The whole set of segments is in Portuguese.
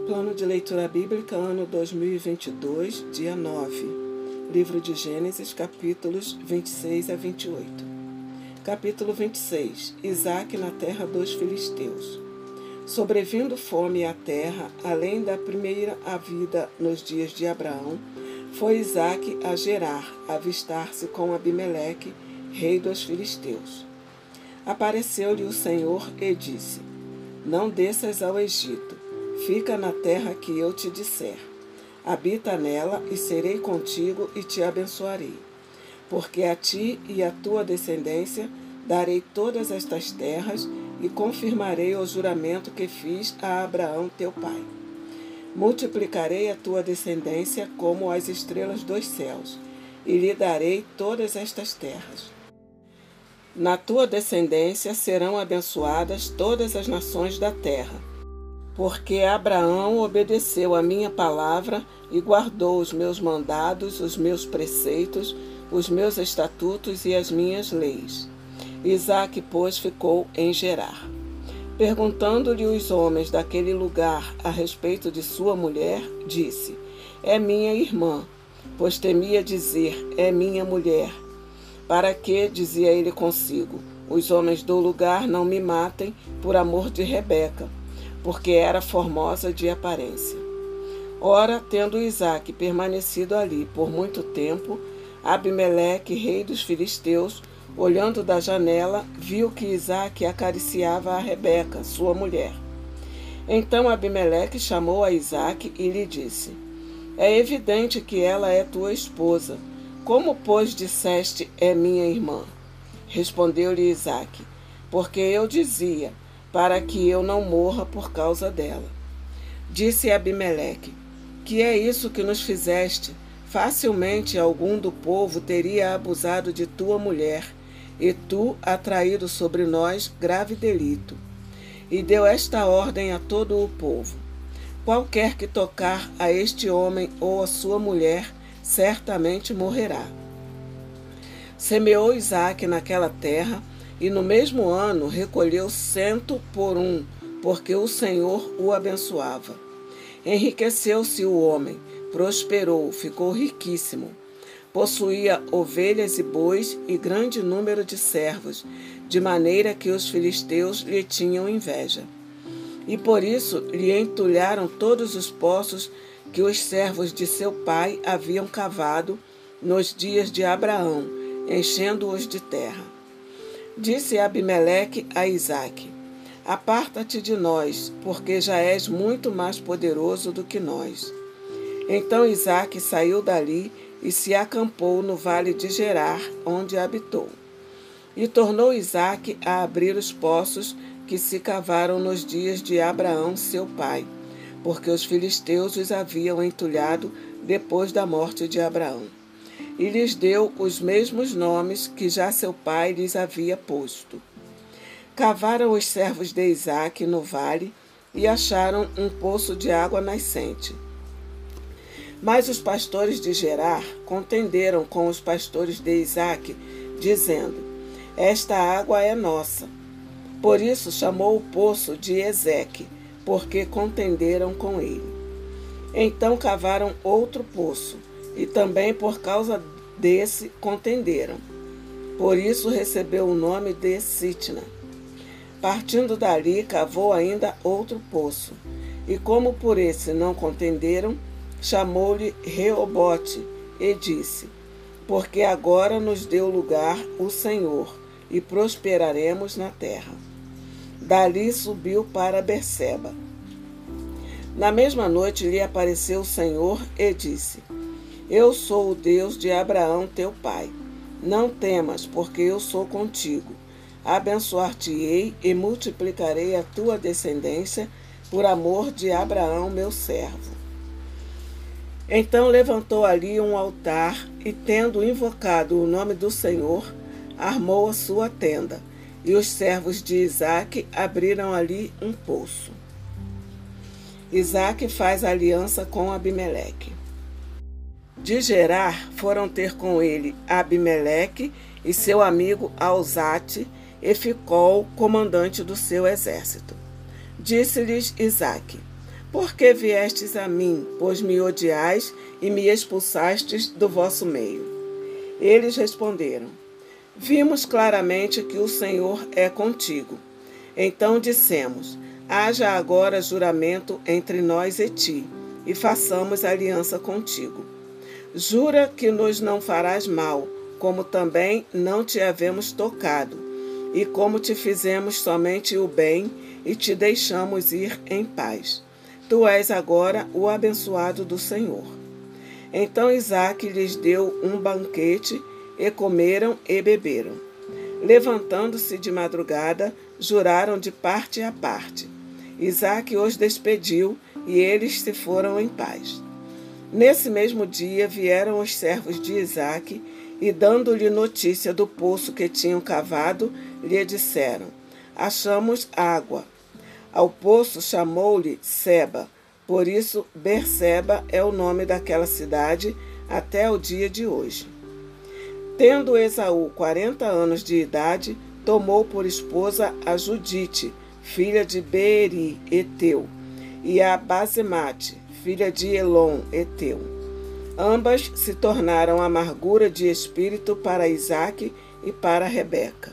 Plano de leitura bíblica, ano 2022, dia 9. Livro de Gênesis, capítulos 26 a 28. Capítulo 26. Isaque na terra dos filisteus. Sobrevindo fome à terra, além da primeira havida nos dias de Abraão, foi Isaque a Gerar, avistar-se com Abimeleque, rei dos filisteus. Apareceu-lhe o Senhor e disse: Não desças ao Egito, fica na terra que eu te disser. Habita nela e serei contigo e te abençoarei. Porque a ti e à tua descendência darei todas estas terras e confirmarei o juramento que fiz a Abraão teu pai. Multiplicarei a tua descendência como as estrelas dos céus, e lhe darei todas estas terras. Na tua descendência serão abençoadas todas as nações da terra, porque Abraão obedeceu a minha palavra e guardou os meus mandados, os meus preceitos, os meus estatutos e as minhas leis. Isaque, pois, ficou em Gerar. Perguntando-lhe os homens daquele lugar a respeito de sua mulher, disse: É minha irmã, pois temia dizer: É minha mulher. Para que, dizia ele consigo, os homens do lugar não me matem por amor de Rebeca, porque era formosa de aparência. Ora, tendo Isaque permanecido ali por muito tempo, Abimeleque, rei dos filisteus, olhando da janela, viu que Isaque acariciava a Rebeca, sua mulher. Então Abimeleque chamou a Isaque e lhe disse: É evidente que ela é tua esposa. Como, pois, disseste, é minha irmã? Respondeu-lhe Isaque: Porque eu dizia, para que eu não morra por causa dela. Disse Abimeleque: Que é isso que nos fizeste? Facilmente algum do povo teria abusado de tua mulher, e tu atraído sobre nós grave delito. E deu esta ordem a todo o povo: Qualquer que tocar a este homem ou a sua mulher, certamente morrerá. Semeou Isaque naquela terra, e no mesmo ano recolheu 100 por 1, porque o Senhor o abençoava. Enriqueceu-se o homem, prosperou, ficou riquíssimo. Possuía ovelhas e bois e grande número de servos, de maneira que os filisteus lhe tinham inveja. E por isso lhe entulharam todos os poços que os servos de seu pai haviam cavado nos dias de Abraão, enchendo-os de terra. Disse Abimeleque a Isaque: Aparta-te de nós, porque já és muito mais poderoso do que nós. Então Isaque saiu dali e se acampou no vale de Gerar, onde habitou. E tornou Isaque a abrir os poços que se cavaram nos dias de Abraão seu pai, porque os filisteus os haviam entulhado depois da morte de Abraão. E lhes deu os mesmos nomes que já seu pai lhes havia posto. Cavaram os servos de Isaque no vale e acharam um poço de água nascente. Mas os pastores de Gerar contenderam com os pastores de Isaque, dizendo: Esta água é nossa. Por isso chamou o poço de Ezeque, porque contenderam com ele. Então cavaram outro poço, e também por causa desse contenderam. Por isso recebeu o nome de Sitna. Partindo dali, cavou ainda outro poço, e como por esse não contenderam, chamou-lhe Reobote, e disse: Porque agora nos deu lugar o Senhor, e prosperaremos na terra. Dali subiu para Berseba. Na mesma noite lhe apareceu o Senhor e disse: Eu sou o Deus de Abraão teu pai. Não temas, porque eu sou contigo. Abençoar-te-ei e multiplicarei a tua descendência por amor de Abraão meu servo. Então levantou ali um altar e, tendo invocado o nome do Senhor, armou a sua tenda, e os servos de Isaque abriram ali um poço. Isaque faz aliança com Abimeleque. De Gerar foram ter com ele Abimeleque e seu amigo Alzate, e Ficol, comandante do seu exército. Disse-lhes Isaque: Por que viestes a mim, pois me odiais e me expulsastes do vosso meio? Eles responderam: Vimos claramente que o Senhor é contigo. Então dissemos: Haja agora juramento entre nós e ti, e façamos aliança contigo. Jura que nos não farás mal, como também não te havemos tocado, e como te fizemos somente o bem e te deixamos ir em paz. Tu és agora o abençoado do Senhor. Então Isaque lhes deu um banquete, e comeram e beberam. Levantando-se de madrugada, juraram de parte a parte. Isaque os despediu, e eles se foram em paz. Nesse mesmo dia vieram os servos de Isaque, e dando-lhe notícia do poço que tinham cavado, lhe disseram: Achamos água. Ao poço chamou-lhe Seba, por isso Berseba é o nome daquela cidade até o dia de hoje. Tendo Esaú 40 anos de idade, tomou por esposa a Judite, filha de Beeri, Eteu, e a Basemate, filha de Elon, Eteu. Ambas se tornaram amargura de espírito para Isaque e para Rebeca.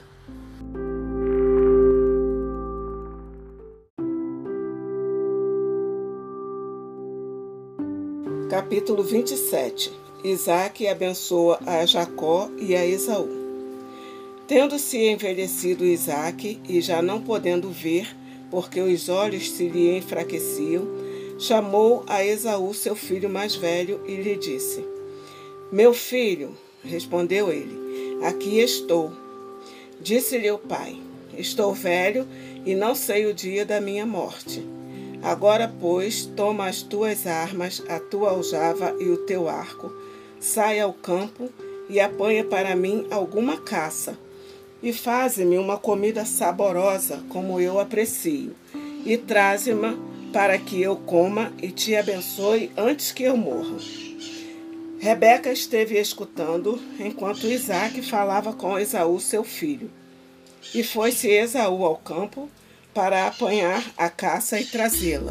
Capítulo 27. Isaque abençoa a Jacó e a Esaú. Tendo-se envelhecido Isaque, e já não podendo ver, porque os olhos se lhe enfraqueciam, chamou a Esaú, seu filho mais velho, e lhe disse: Meu filho, respondeu ele, aqui estou. Disse-lhe o pai: Estou velho e não sei o dia da minha morte. Agora, pois, toma as tuas armas, a tua aljava e o teu arco, sai ao campo e apanha para mim alguma caça, e faze-me uma comida saborosa, como eu aprecio, e traze-me para que eu coma e te abençoe antes que eu morra. Rebeca esteve escutando, enquanto Isaque falava com Esaú, seu filho. E foi-se Esaú ao campo para apanhar a caça e trazê-la.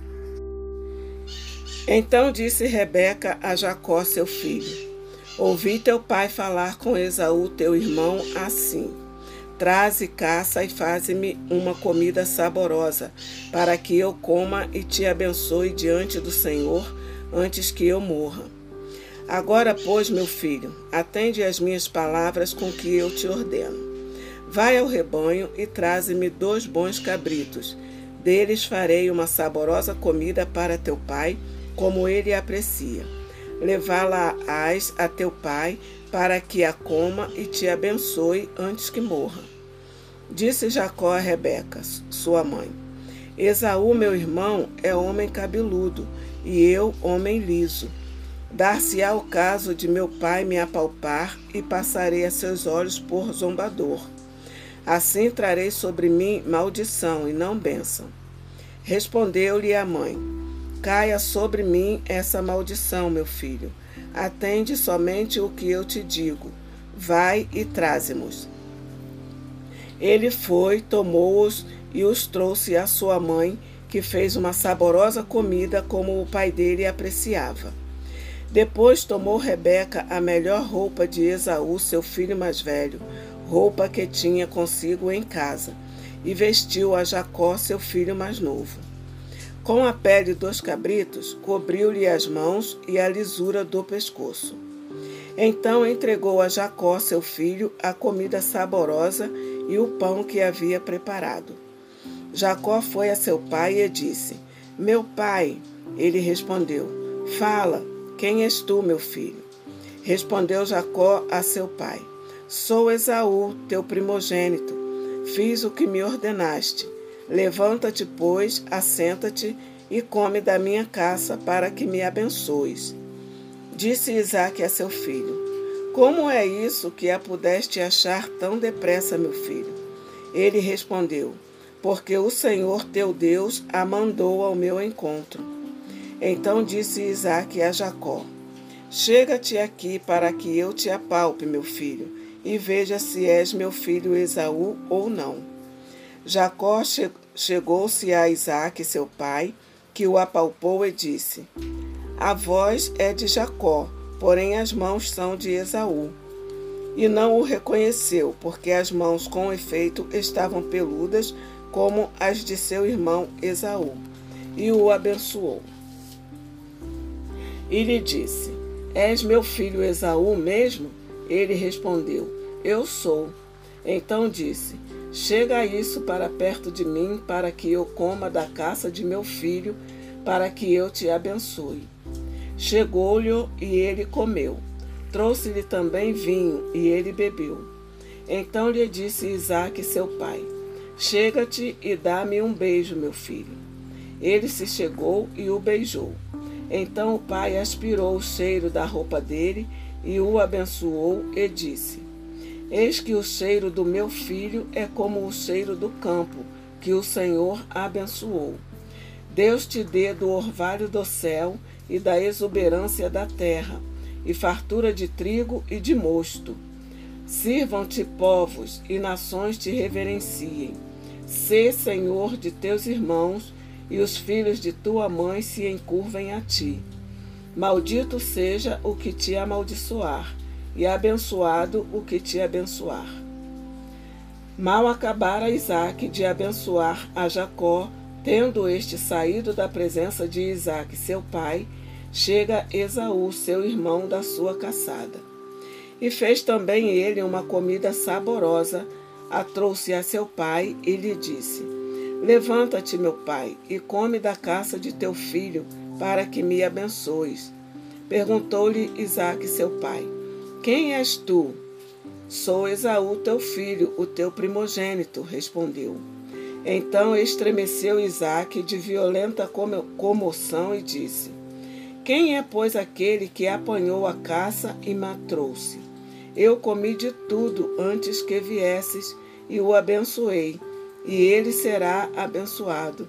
Então disse Rebeca a Jacó, seu filho: Ouvi teu pai falar com Esaú, teu irmão, assim: Traze caça e faze-me uma comida saborosa, para que eu coma e te abençoe diante do Senhor, antes que eu morra. Agora, pois, meu filho, atende às minhas palavras com que eu te ordeno. Vai ao rebanho e traze-me 2 bons cabritos. Deles farei uma saborosa comida para teu pai, como ele aprecia. Levá-la-ás a teu pai, para que a coma e te abençoe antes que morra. Disse Jacó a Rebeca, sua mãe: Esaú, meu irmão, é homem cabeludo, e eu, homem liso. Dar-se-á o caso de meu pai me apalpar, e passarei a seus olhos por zombador. Assim trarei sobre mim maldição e não bênção. Respondeu-lhe a mãe: Caia sobre mim essa maldição, meu filho. Atende somente o que eu te digo. Vai e traze-mos. Ele foi, tomou-os e os trouxe à sua mãe, que fez uma saborosa comida como o pai dele apreciava. Depois tomou Rebeca a melhor roupa de Esaú, seu filho mais velho, roupa que tinha consigo em casa, e vestiu a Jacó, seu filho mais novo. Com a pele dos cabritos, cobriu-lhe as mãos e a lisura do pescoço. Então entregou a Jacó, seu filho, a comida saborosa e o pão que havia preparado. Jacó foi a seu pai e disse: Meu pai. Ele respondeu: Fala, quem és tu, meu filho? Respondeu Jacó a seu pai: Sou Esaú, teu primogênito. Fiz o que me ordenaste. Levanta-te, pois, assenta-te e come da minha caça, para que me abençoes. Disse Isaque a seu filho: Como é isso que a pudeste achar tão depressa, meu filho? Ele respondeu: Porque o Senhor teu Deus a mandou ao meu encontro. Então disse Isaque a Jacó: Chega-te aqui para que eu te apalpe, meu filho, e veja se és meu filho Esaú ou não. Jacó chegou-se a Isaque, seu pai, que o apalpou e disse: A voz é de Jacó, porém as mãos são de Esaú. E não o reconheceu, porque as mãos com efeito estavam peludas como as de seu irmão Esaú. E o abençoou. E lhe disse: És meu filho Esaú mesmo? Ele respondeu: Eu sou. Então disse: Chega isso para perto de mim, para que eu coma da caça de meu filho, para que eu te abençoe. Chegou-lhe e ele comeu. Trouxe-lhe também vinho e ele bebeu. Então lhe disse Isaque, seu pai: Chega-te e dá-me um beijo, meu filho. Ele se chegou e o beijou. Então o pai aspirou o cheiro da roupa dele e o abençoou e disse: Eis que o cheiro do meu filho é como o cheiro do campo, que o Senhor abençoou. Deus te dê do orvalho do céu e da exuberância da terra, e fartura de trigo e de mosto. Sirvam-te povos e nações te reverenciem. Sê senhor de teus irmãos, e os filhos de tua mãe se encurvem a ti. Maldito seja o que te amaldiçoar, e abençoado o que te abençoar. Mal acabara Isaque de abençoar a Jacó, tendo este saído da presença de Isaque, seu pai, chega Esaú, seu irmão, da sua caçada. E fez também ele uma comida saborosa, a trouxe a seu pai e lhe disse: Levanta-te, meu pai, e come da caça de teu filho, para que me abençoes. Perguntou-lhe Isaque, seu pai: Quem és tu? Sou Esaú, teu filho, o teu primogênito, respondeu. Então estremeceu Isaque de violenta comoção e disse: Quem é, pois, aquele que apanhou a caça e me trouxe? Eu comi de tudo antes que viesses e o abençoei, e ele será abençoado.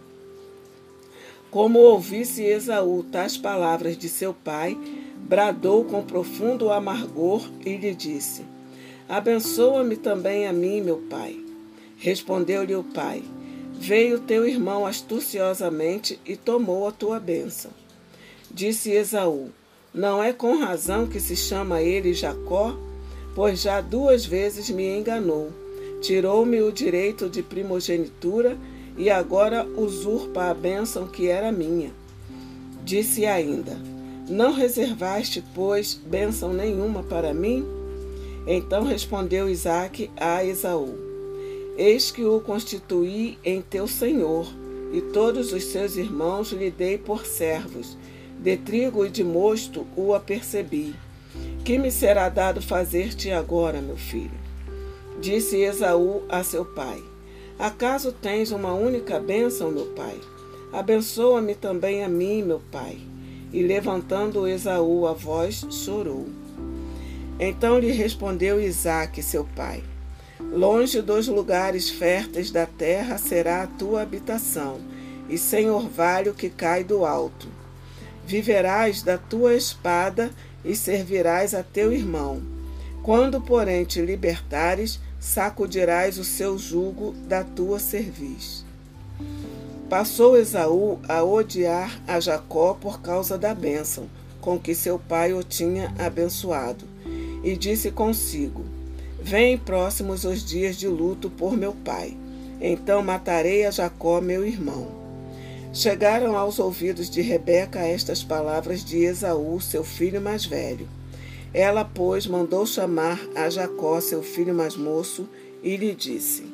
Como ouvisse Esaú tais palavras de seu pai, bradou com profundo amargor e lhe disse: Abençoa-me também a mim, meu pai. Respondeu-lhe o pai: Veio teu irmão astuciosamente e tomou a tua bênção. Disse Esaú: Não é com razão que se chama ele Jacó? Pois já 2 vezes me enganou. Tirou-me o direito de primogenitura e agora usurpa a bênção que era minha. Disse ainda: Não reservaste, pois, bênção nenhuma para mim? Então respondeu Isaque a Esaú: Eis que o constituí em teu senhor, e todos os seus irmãos lhe dei por servos. De trigo e de mosto o apercebi. Que me será dado fazer-te agora, meu filho? Disse Esaú a seu pai: Acaso tens uma única bênção, meu pai? Abençoa-me também a mim, meu pai. E levantando Esaú a voz, chorou. Então lhe respondeu Isaque, seu pai: Longe dos lugares férteis da terra será a tua habitação, e sem orvalho que cai do alto. Viverás da tua espada e servirás a teu irmão. Quando, porém, te libertares, sacudirás o seu jugo da tua cerviz. Passou Esaú a odiar a Jacó por causa da bênção com que seu pai o tinha abençoado, e disse consigo: Vêm próximos os dias de luto por meu pai. Então matarei a Jacó, meu irmão. Chegaram aos ouvidos de Rebeca estas palavras de Esaú, seu filho mais velho. Ela, pois, mandou chamar a Jacó, seu filho mais moço, e lhe disse: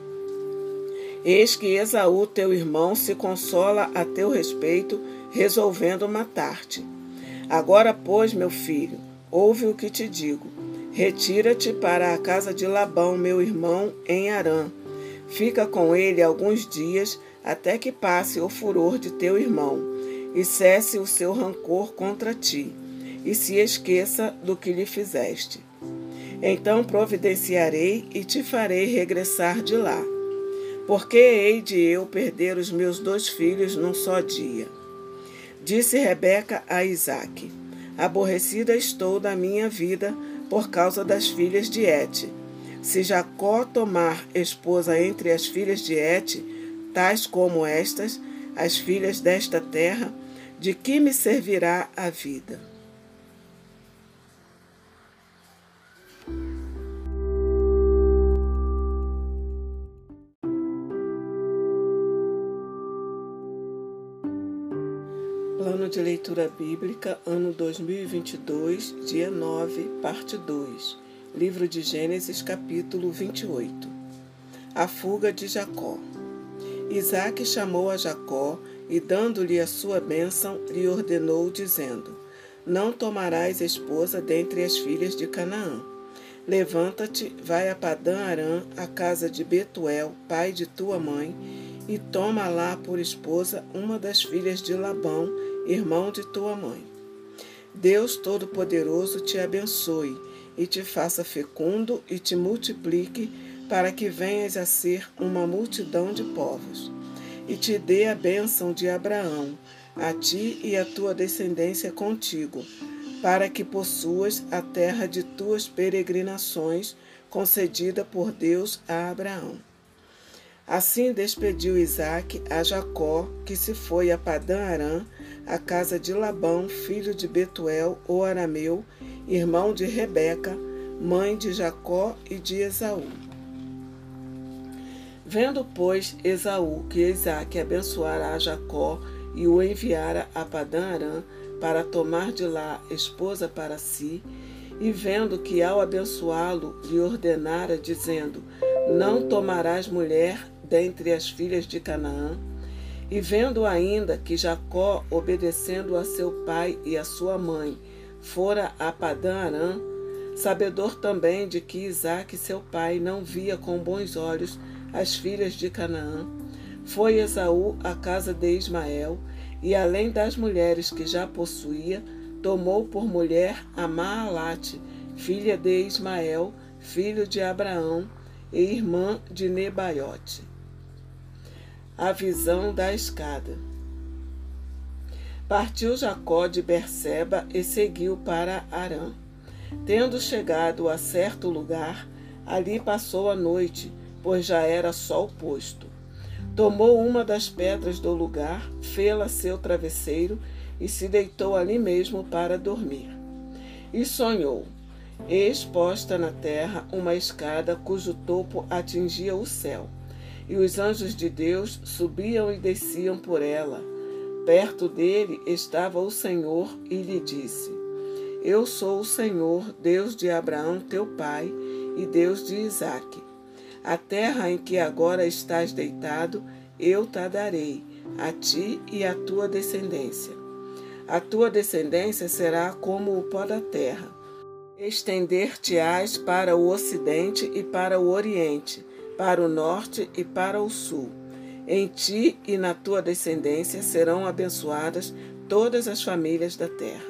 Eis que Esaú, teu irmão, se consola a teu respeito, resolvendo matar-te. Agora, pois, meu filho, ouve o que te digo. Retira-te para a casa de Labão, meu irmão, em Harã. Fica com ele alguns dias, até que passe o furor de teu irmão, e cesse o seu rancor contra ti, e se esqueça do que lhe fizeste. Então providenciarei e te farei regressar de lá. Porque hei de eu perder os meus 2 filhos num só dia? Disse Rebeca a Isaque: Aborrecida estou da minha vida por causa das filhas de Et. Se Jacó tomar esposa entre as filhas de Et, tais como estas, as filhas desta terra, de que me servirá a vida? Plano de leitura bíblica, ano 2022, dia 9, parte 2. Livro de Gênesis, capítulo 28. A fuga de Jacó. Isaque chamou a Jacó e, dando-lhe a sua bênção, lhe ordenou, dizendo: Não tomarás esposa dentre as filhas de Canaã. Levanta-te, vai a Padã-Arã, a casa de Betuel, pai de tua mãe, e toma lá por esposa uma das filhas de Labão, irmão de tua mãe. Deus Todo-Poderoso te abençoe e te faça fecundo e te multiplique, para que venhas a ser uma multidão de povos, e te dê a bênção de Abraão, a ti e a tua descendência contigo, para que possuas a terra de tuas peregrinações, concedida por Deus a Abraão. Assim despediu Isaque a Jacó, que se foi a Padã-Arã, a casa de Labão, filho de Betuel, o arameu, irmão de Rebeca, mãe de Jacó e de Esaú. Vendo, pois, Esaú que Isaque abençoara a Jacó e o enviara a Padã-Arã para tomar de lá esposa para si, e vendo que ao abençoá-lo lhe ordenara, dizendo: Não tomarás mulher dentre as filhas de Canaã, e vendo ainda que Jacó, obedecendo a seu pai e a sua mãe, fora a Padã-Arã, sabedor também de que Isaque, seu pai, não via com bons olhos as filhas de Canaã, foi Esaú à casa de Ismael, e além das mulheres que já possuía, tomou por mulher a Maalate, filha de Ismael, filho de Abraão, e irmã de Nebaiote. A visão da escada. Partiu Jacó de Berseba e seguiu para Harã. Tendo chegado a certo lugar, ali passou a noite, pois já era sol posto. Tomou uma das pedras do lugar, fê-la seu travesseiro e se deitou ali mesmo para dormir. E sonhou, eis posta na terra uma escada cujo topo atingia o céu, e os anjos de Deus subiam e desciam por ela. Perto dele estava o Senhor e lhe disse: Eu sou o Senhor, Deus de Abraão teu pai e Deus de Isaque. A terra em que agora estás deitado, eu te darei, a ti e à tua descendência. A tua descendência será como o pó da terra. Estender-te-ás para o ocidente e para o oriente, para o norte e para o sul. Em ti e na tua descendência serão abençoadas todas as famílias da terra.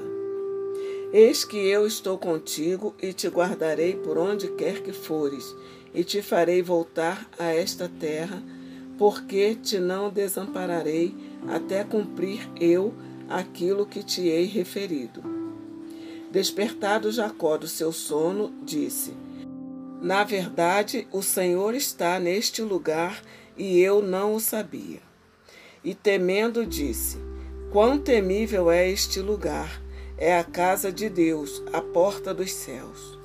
Eis que eu estou contigo e te guardarei por onde quer que fores, e te farei voltar a esta terra, porque te não desampararei até cumprir eu aquilo que te hei referido. Despertado Jacó do seu sono, disse: Na verdade, o Senhor está neste lugar e eu não o sabia. E temendo disse: Quão temível é este lugar! É a casa de Deus, a porta dos céus.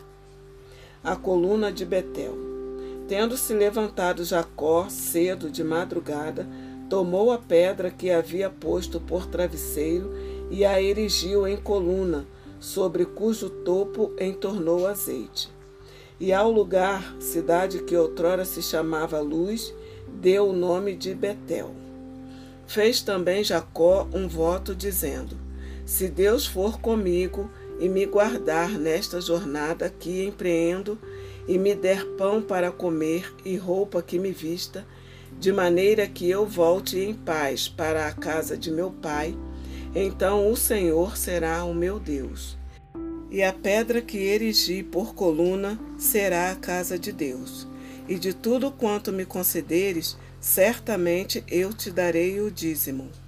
A coluna de Betel. Tendo-se levantado Jacó cedo de madrugada, tomou a pedra que havia posto por travesseiro e a erigiu em coluna, sobre cujo topo entornou azeite. E ao lugar, cidade que outrora se chamava Luz, deu o nome de Betel. Fez também Jacó um voto, dizendo: Se Deus for comigo e me guardar nesta jornada que empreendo, e me der pão para comer e roupa que me vista, de maneira que eu volte em paz para a casa de meu pai, então o Senhor será o meu Deus. E a pedra que erigi por coluna será a casa de Deus. E de tudo quanto me concederes, certamente eu te darei o dízimo.